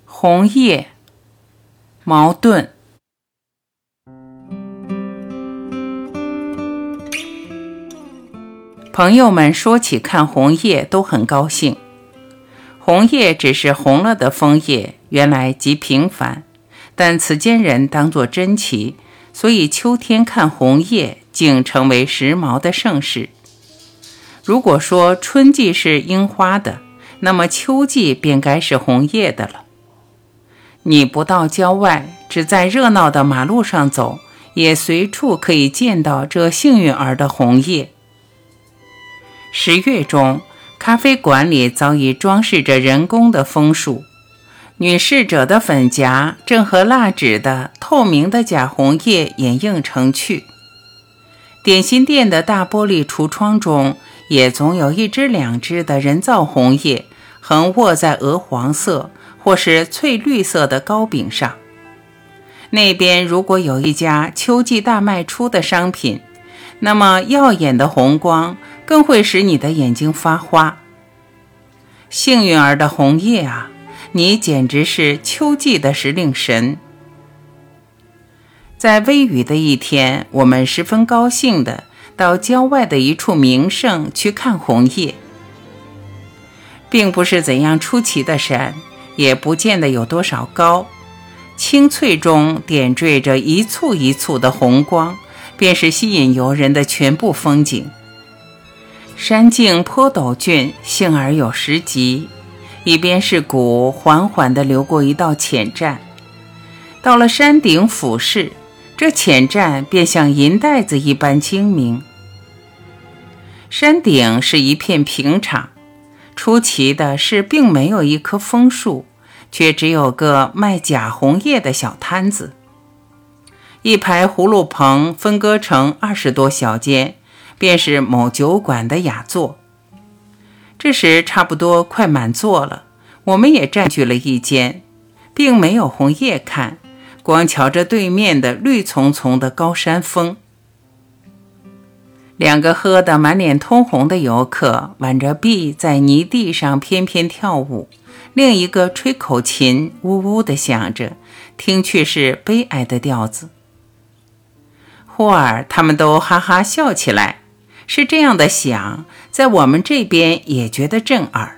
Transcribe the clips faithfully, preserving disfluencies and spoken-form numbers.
红叶，矛盾。朋友们说起看红叶都很高兴。红叶只是红了的枫叶，原来极平凡，但此间人当作珍奇，所以秋天看红叶竟成为时髦的盛事。如果说春季是樱花的，那么秋季便该是红叶的了。你不到郊外，只在热闹的马路上走，也随处可以见到这幸运儿的红叶。十月中，咖啡馆里早已装饰着人工的枫树，女侍者的粉颊正和蜡纸的透明的假红叶掩映成趣。点心店的大玻璃橱窗中，也总有一只两只的人造红叶横卧在鹅黄色或是翠绿色的糕饼上。那边如果有一家秋季大卖出的商品，那么耀眼的红光更会使你的眼睛发花。幸运儿的红叶啊，你简直是秋季的时令神。在微雨的一天，我们十分高兴地到郊外的一处名胜去看红叶。并不是怎样出奇的山，也不见得有多少高，青翠中点缀着一簇一簇的红光，便是吸引游人的全部风景。山径颇陡峻，幸而有石级，一边是谷缓缓地流过一道浅毡。到了山顶俯视，这浅毡便像银带子一般精明。山顶是一片平场，出奇的是并没有一棵枫树，却只有个卖假红叶的小摊子。一排葫芦棚分割成二十多小间，便是某酒馆的雅座。这时差不多快满座了，我们也占据了一间，并没有红叶看，光瞧着对面的绿丛丛的高山峰。两个喝得满脸通红的游客挽着臂在泥地上翩翩跳舞，另一个吹口琴呜呜地响着，听去是悲哀的调子。忽而他们都哈哈笑起来，是这样的响，在我们这边也觉得震耳。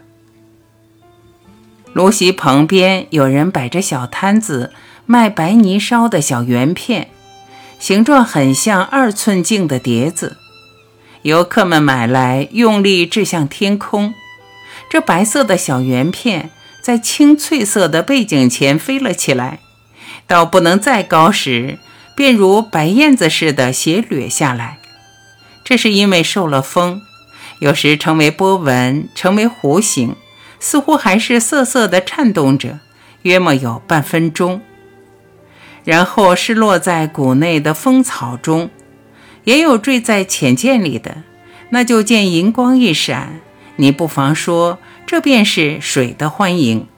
芦席旁边有人摆着小摊子卖白泥烧的小圆片，形状很像二寸镜的碟子。游客们买来用力掷向天空，这白色的小圆片在青翠色的背景前飞了起来，到不能再高时，便如白燕子似的斜掠下来。这是因为受了风，有时成为波纹，成为弧形，似乎还是瑟瑟地颤动着，约莫有半分钟，然后是落在谷内的枫草中，也有坠在浅涧里的，那就见银光一闪，你不妨说这便是水的欢迎。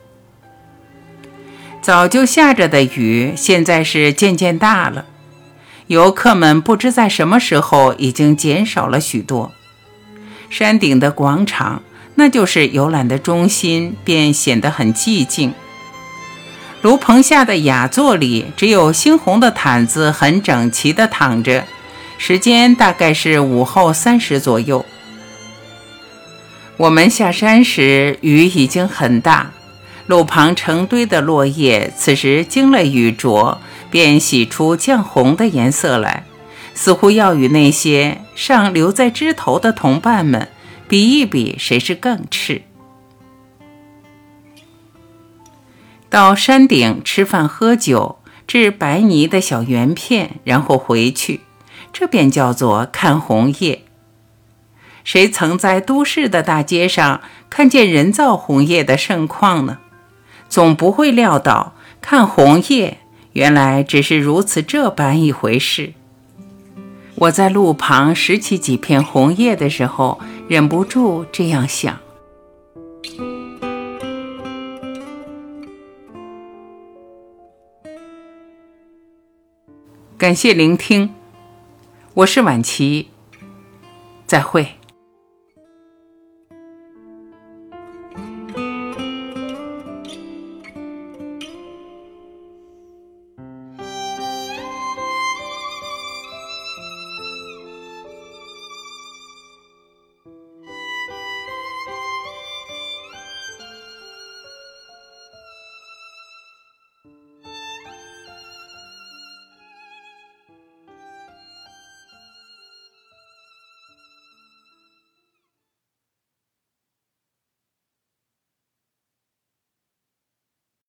早就下着的雨现在是渐渐大了，游客们不知在什么时候已经减少了许多。山顶的广场，那就是游览的中心，便显得很寂静。炉棚下的雅座里，只有猩红的毯子很整齐地躺着，时间大概是午后三时左右。我们下山时，雨已经很大，路旁成堆的落叶此时经了雨浊，便洗出绛红的颜色来，似乎要与那些尚留在枝头的同伴们比一比谁是更赤。到山顶吃饭喝酒，掷白泥的小圆片，然后回去，这便叫做看红叶。谁曾在都市的大街上看见人造红叶的盛况呢？总不会料到看红叶原来只是如此这般一回事。我在路旁拾起几片红叶的时候，忍不住这样想。感谢聆听，我是婉琪，再会。